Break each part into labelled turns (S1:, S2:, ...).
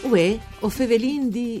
S1: Uè, o fevelin di...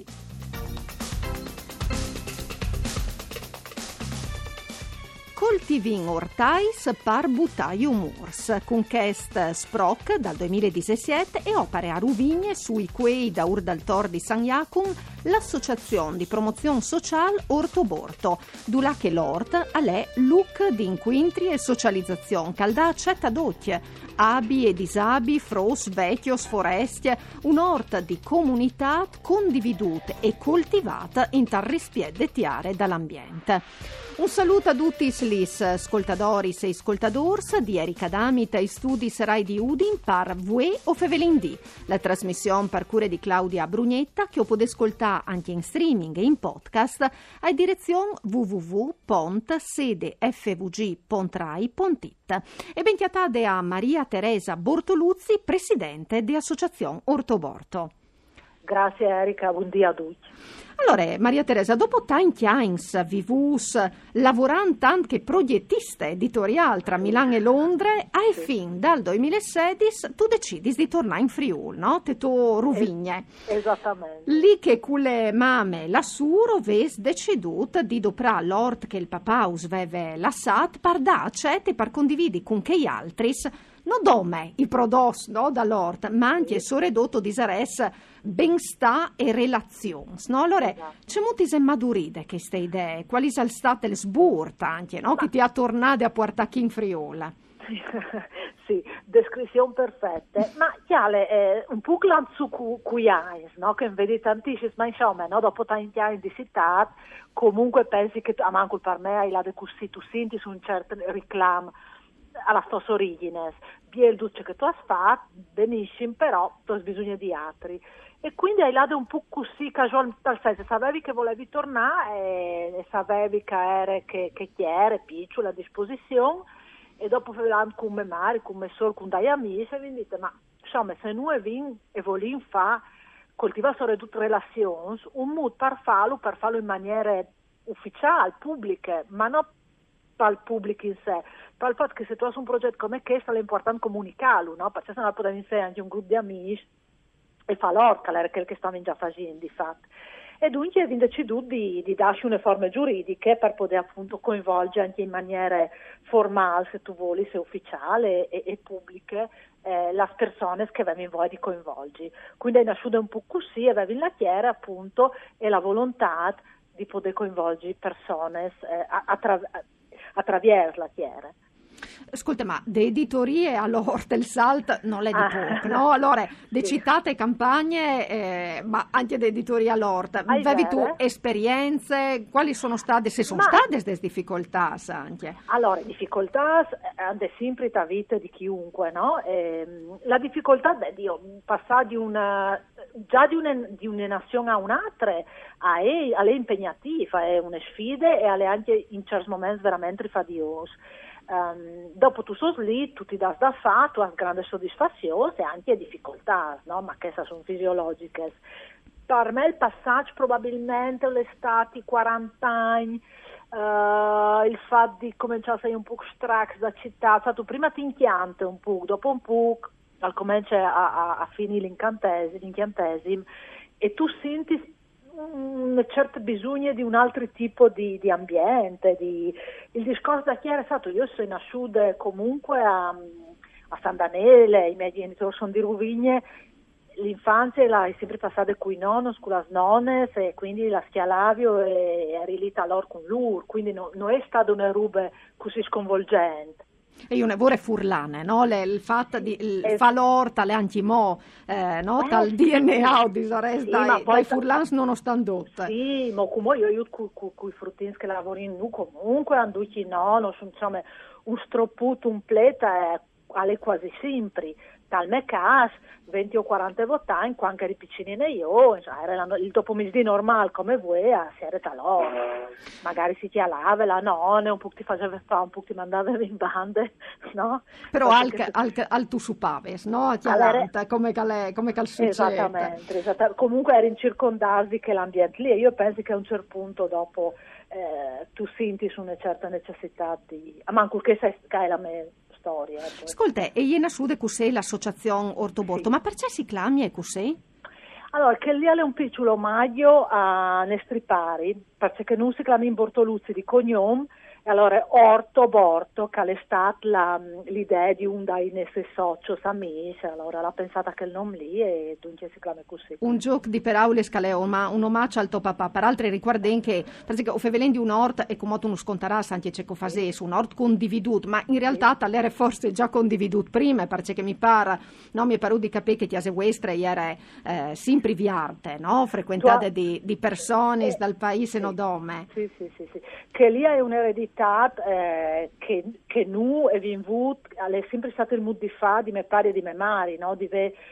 S2: Coltivin ortais par butaiu murs, con chest sproc dal 2017 e opere a Ruvigne sui quei da Urdaltor di San Iacum l'associazione di promozione sociale Ortoborto, dula che l'ort all'è look di inquintri e socializzazione caldà accetta d'occhie, abi e disabi, fros, vecchios, forestie, un'orta di comunità condividute e coltivata in tal rispiede tiare dall'ambiente. Un saluto a tutti gli ascoltadoris e ascoltadors di Erika Damit e studi Rai di Udin par Vue o Fevelindì, la trasmissione per cure di Claudia Brugnetta che potete ascoltare anche in streaming e in podcast a direzione www.sedefvg.rai.it. E bentiatade a Maria Teresa Bortoluzzi, presidente di Associazione Ortoborto.
S3: Grazie Erika, buondì a tutti.
S2: Allora, Maria Teresa, dopo tanti anni vivus lavorando anche progettista editoriale tra Milano e Londra, ai fin dal 2016 tu decidi di tornare in Friuli, no? Te tu Ruvigne.
S3: Esattamente.
S2: Lì che quelle mame lassuro ves deciduto di doprà l'ort che il papà usveve lasciat par dace e par condividi con che gli altri non dome i prodotti no, dall'ort, ma anche soredotto di sares benstà e relazioni. No? Allora, c'è molte maduride queste idee, quali sono state le sburte anche, no? Che ti ha tornato a portare in Friola.
S3: Sì, descrizione perfetta, ma chiale un po' su cui hai, no? Che vedi tantissimi, ma insomma, no? Dopo tanti anni di città, comunque pensi che, a manco per me, hai la decussi, tu senti su un certo reclamo alla stessa origine, il duce che tu hai fatto, benissimo, però tu hai bisogno di altri. E quindi hai dato un po' così casuale, nel senso, sapevi che volevi tornare e sapevi che era che ti era piccolo a disposizione e dopo vedevamo come Mari, come Sol, con dei amici e vi dite, ma insomma, se noi vin e volim fa coltivare solo tutte relazioni, un mood per farlo in maniera ufficiale, pubblica, ma non per il pubblico in sé, per il fatto che se tu hai un progetto come questo è importante comunicarlo, no? Perché se no potete insieme anche un gruppo di amici e fa l'orca, era quel che stavano già facendo di fatto. E dunque abbiamo deciso di darci une forme giuridiche per poter appunto coinvolgere anche in maniera formale, se tu vuoi, se ufficiale e pubbliche, le persone che avevano voglia di coinvolgere. Quindi è nasciuto un po' così, avevamo la chiara appunto e la volontà di poter coinvolgere persone attraverso la chiara.
S2: Ascolta, ma le editorie all'Orte il Salt non è di poco, no? Allora, le citate campagne, ma anche le editorie all'Orte. Avevi tu esperienze? Quali sono state, se sono state delle difficoltà anche?
S3: Allora, difficoltà hanno sempre la vita di chiunque, no? La difficoltà, passare di una nazione a un'altra, è impegnativa, è una sfida e è anche in certi momenti veramente faticosa. Dopo tu sono lì, tu ti dai da fare, tu hai grande soddisfazione e anche difficoltà, no? Ma che sono fisiologiche. Per me il passaggio probabilmente l'estate 40 anni, il fatto di cominciare a essere un po' strax da città, tu prima ti inchianti un po', dopo un po' comincia a finire l'incantesimo e tu senti un certo bisogno di un altro tipo di ambiente. Il discorso da chi era stato, io sono nasciuta comunque a San Daniele, i miei genitori sono di Ruvigne, l'infanzia l'hai sempre passata con i nonni, con le nonne, e quindi la schialavio e eri lì talor con loro, quindi non è stata una roba così sconvolgente.
S2: E una vorrei furlane, no? Il fatto di fa l'orta, le antimò, no? Tal DNA o di saresti dai furlans nonostante.
S3: Sì, ma come io con i fruttini che lavorino comunque, anducci no, insomma, un stropputo, un pleta, alle quasi sempre. Tal me cas, 20 o 40 votanti, quando eri piccinina io, era il dopomesdì normale come voi, a sera talora. Magari si ti alava la nonna, un po' ti faceva fare, un po' ti mandava in bande, no?
S2: Però al tu supaves, no? Chiaramente, come cal succede.
S3: Esattamente. Comunque eri in circondasi che l'ambiente lì, e io penso che a un certo punto dopo tu senti su una certa necessità di... Ma anche che sai la mia storia.
S2: Ascolta, e ieri nascude cos'è l'associazione Ortoborto, sì. Ma perché si chiama così?
S3: Allora, che lì è un piccolo maglio a Nestripari, perché non si chiama in Bortoluzzi di cognome, e allora Orto Borto, che è stata l'idea di un dai nostri soci amici, allora l'ha pensata che il nome lì e dunque si chiama così.
S2: Un gioco di Peraules scaleo, ma un omaggio al tuo papà. Per altri ricorden che, perché o fevelen di un ort e come tu non scontarás anche c'è fases, un ort condividut, ma in realtà l'era forse già condividut prima, perché mi pare, no, mi è paru di capire che ti aseguestre era sempre viarte, no? Frequentate di persone dal paese no dome.
S3: Sì. Che lì è un'eredità che nu e vinvut, è sempre stato il mood di fa di me pari e di me mari, no? Di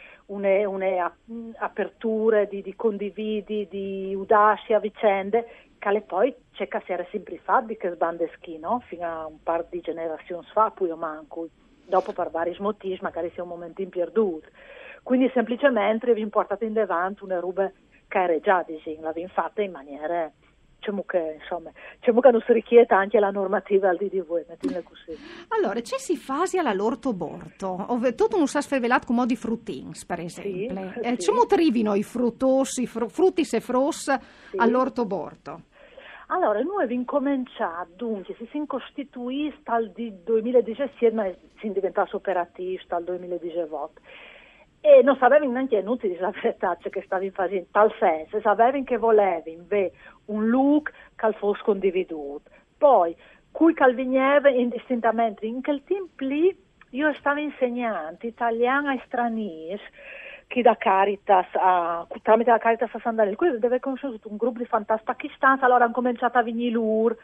S3: une aperture, di condividi, di audaci a vicende, che poi c'è che si era sempre fatto di che sbandeschi, no? Fino a un par di generazioni fa, poi io manco, dopo per vari motivi magari sia un momento imperduto. Quindi semplicemente vi portate in davanti una roba che era già l'avete fatta in maniera diciamo che non si richiede anche la normativa al DDV, mettile così.
S2: Allora, c'è si fasi alla l'orto borto, ove tutto non sa sfervelat come di fruttins, per esempio.
S3: Sì.
S2: Come trivino i fruttosi, fruttis e fros all'orto borto?
S3: Allora, noi abbiamo cominciato, dunque, si costituisce dal 2017, ma si diventato operativo dal 2018. E non sapevano neanche inutili la verità che stavi facendo, tal senso, sapevano che volevano un look che fosse condividuto. Poi, cui calvigneve indistintamente, in quel tempo lì io stavo insegnando italiano ai stranieri, che da Caritas, tramite la Caritas a San Daniele, qui deve conosciuto un gruppo di fantasmi pakistani, allora hanno cominciato a venire loro,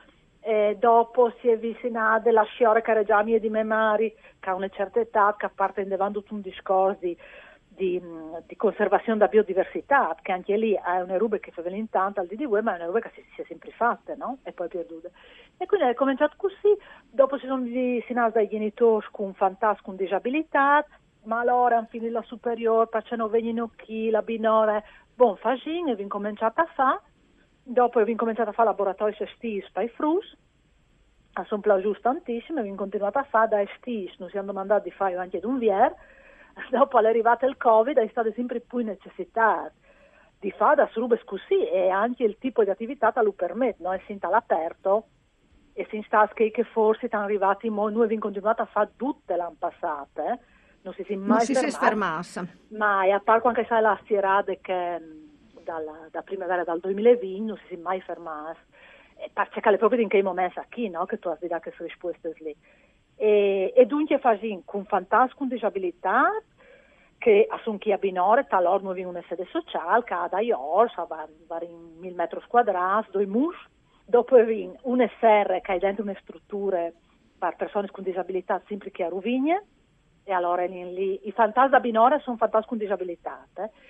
S3: dopo si è avvicinata la sciora che era già mia di memari, che ha una certa età, che partendevano tutto un discorso di conservazione della biodiversità, che anche lì è una roba che fa venire tanto al DDW, ma è una roba che si è sempre fatta, no? E poi perduta. E quindi è cominciato così, dopo si sono avvicinati dai genitori con fantasmi con disabilità, ma allora hanno finito la superiore, perché non vengono qui, la binore, buon fascino, e abbiamo cominciato a fare, dopo abbiamo cominciato a fare laboratori estivi per i frus, sono piaciuti tantissimo, abbiamo continuato a fare da estivi, non siamo domandati di fare anche d'un vier, dopo è arrivato il Covid è stata sempre più necessità di fare da surube così e anche il tipo di attività lo permette, no? E si sta all'aperto e si sta che forse sono arrivati, noi abbiamo continuato a fare tutte l'anno passato, non si è
S2: fermata.
S3: Mai, a parte anche se la stirata che da primavera dal 2020 non si è mai fermata, perché proprio in quei momenti qui, no? Che tu hai dato queste risposte lì. E dunque facciamo con fantasmi con disabilità che sono chi a binore, talora noi una sede sociale che ha da IORS, vari 1000 metri quadrati, 2 mur, dopo abbiamo un SR che è dentro una struttura per persone con disabilità sempre che a Ruvigne, e allora lì i fantasmi da binore sono fantasmi con disabilità,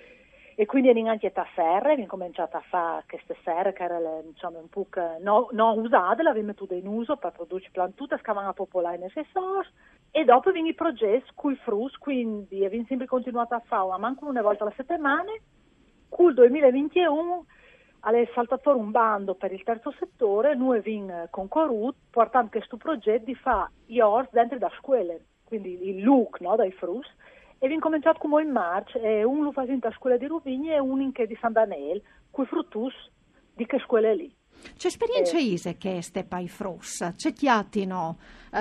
S3: e quindi abbiamo anche da serre, abbiamo cominciato a fare queste serre che erano un po' non usate, le abbiamo mettute in uso per produrre plantute, scavano a popolare nei sensori, e dopo abbiamo i progetti con i frus, quindi abbiamo sempre continuato a fare, ma manco una volta alla settimana, col 2021 è saltato fuori un bando per il terzo settore, noi abbiamo concorruto, portando questo progetto di fare IORS dentro da scuole, quindi il look, no, dai frus, e abbiamo cominciato come in marzo, uno lo faceva a scuola di Rovigny e uno in che di San Daniele, con i fruttus di che scuole lì.
S2: C'è esperienza ise che ste pai frus, c'è chiatino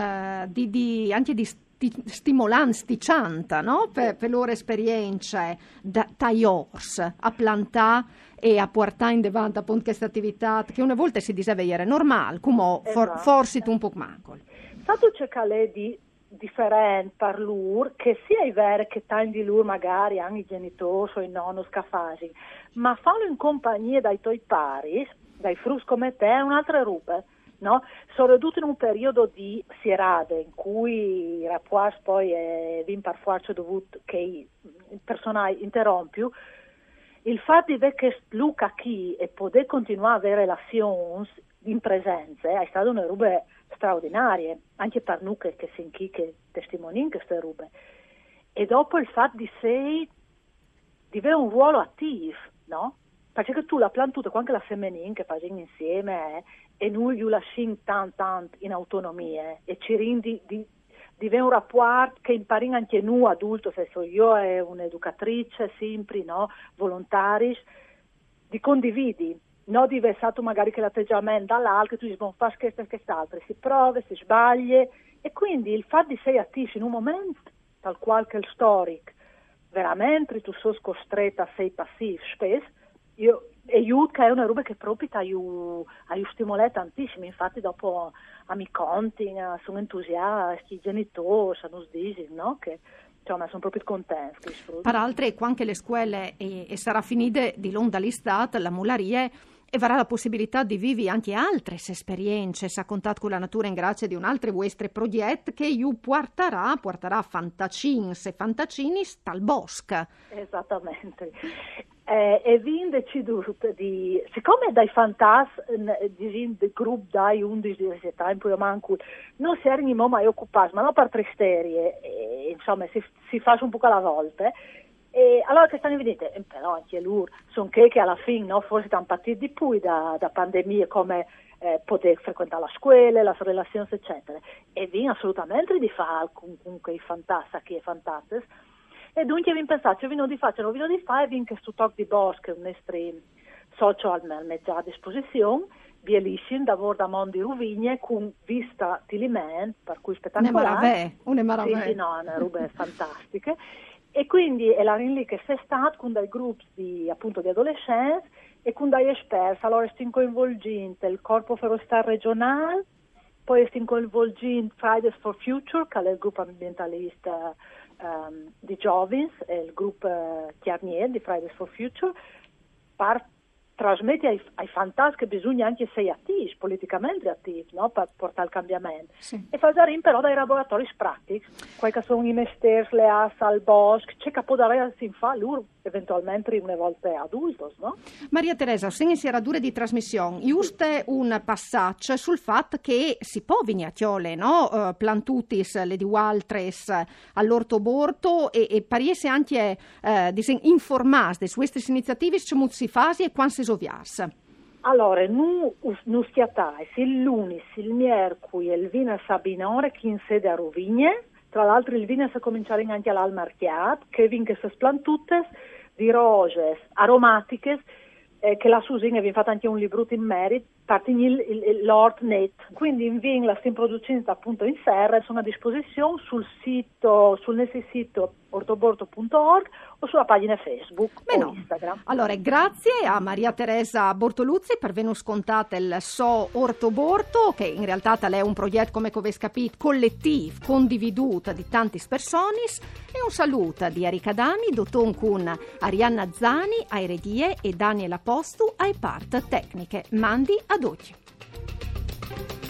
S2: anche di stimolanza di cianta, no? Per loro esperienze da taiors a plantare e a portare in davanti appunto questa attività che una volta si diceva era normale, come forse un po' mancol.
S3: Stato cercare di differente per loro, che sia è vero che tanti di loro magari hanno i genitori o i nonni scafagi, ma farlo in compagnia dai tuoi pari, dai frus come te, è un'altra roba, no? Soprattutto in un periodo di sierade in cui i rapporti poi vin per forza dovuto che il personale interrompiu, il fatto di avere che Luca qui e poter continuare a avere relazioni in presenza è stata una roba straordinaria, anche per noi che sin chi che testimoniamo queste robe. E dopo il fatto di avere un ruolo attivo, no? Perché tu la plantuta, anche la femminile che facciamo insieme, e noi la lasciamo tanto in autonomia, e ci rindi di diventa un rapporto che impari anche noi adulti, io è un'educatrice sempre, no? Volontari, di condividi, non di versato magari che l'atteggiamento dall'altro, tu dici, fa questo e quest'altro, si prova, si sbaglia, e quindi il fatto di sei attivi in un momento, tal qual che il storico, veramente tu sei costretta a sei passivo, spesso, aiuto che è una roba che proprio ti stimola tantissimo, infatti dopo a mi conti, sono entusiasti, i genitori, sono dici, no? Che insomma sono proprio contenti.
S2: Peraltro, anche le scuole e sarà finita di l'onda l'estate, la mularie, e avrà la possibilità di vivere anche altre esperienze, a contatto con la natura in grazia di un altro vostro progetto che porterà fantacins e fantacinis dal bosco.
S3: Esattamente. E vi deciduto siccome dai fantasmi del gruppo dai 11 di tempo non si erano mai occupati, ma non per tre serie, insomma si fa un po' alla volta. E allora che stanno evidenti, però anche loro sono che alla fine, no, forse hanno partito di più da pandemie come poter frequentare la scuola, le relazioni eccetera, e vi assolutamente di fare con quei fantasmi e fantastici. E dunque vi pensate, vi di fare e vi che sto talk di bosco, un nostri social mezzo a disposizione, vi eliscin da vorda mondi ruvigne con vista di limen, per cui spettacolare.
S2: Una maraviglia.
S3: Sì, no, una robe fantastiche. E quindi è la lì che si è stato con dei gruppi di adolescenti e con degli esperti. Allora stiamo coinvolgendo il Corpo Forestale Regionale, poi stiamo coinvolgendo Fridays for Future, che è il gruppo ambientalista di Giovins, e il gruppo Chiarnier di Fridays for Future, per trasmettere ai fantasmi che bisogna anche essere attivi, politicamente attivi, no? Per portare il cambiamento.
S2: Sì.
S3: E fare però dai laboratori pratici, quelli che sono i mestieri, le as al bosco, c'è che può dare si fa loro eventualmente una volta adulti, no?
S2: Maria Teresa, se si era dura di trasmissione, giusto un passaggio sul fatto che si può venire a Chiole, no? Plantutis, le di Waltres all'ortoborto e pariese anche informati su queste iniziative, come si fa e quando si sovias.
S3: Allora, non schiattai, il lunedì, il mercoledì e il venerdì sabinore che in sede a Rovigne. Tra l'altro il vino si cominciare anche all'Almarchiat, che vince queste plantute di rose aromatiche, che la Susina vi fatto anche un libro in merito, partigni l'Ort Net. Quindi in vin la stiamo producendo appunto in serra e sono a disposizione sul nostro sito ortoborto.org o sulla pagina Facebook o Instagram.
S2: Allora, grazie a Maria Teresa Bortoluzzi per aver scontato il So Ortoborto, che in realtà è un progetto, come avete capito, collettivo, condividuto di tanti persone, e un saluto di Erika Dami, dotton con Arianna Zani, ai redie e Daniela Postu, ai part tecniche. Mandi ad oggi.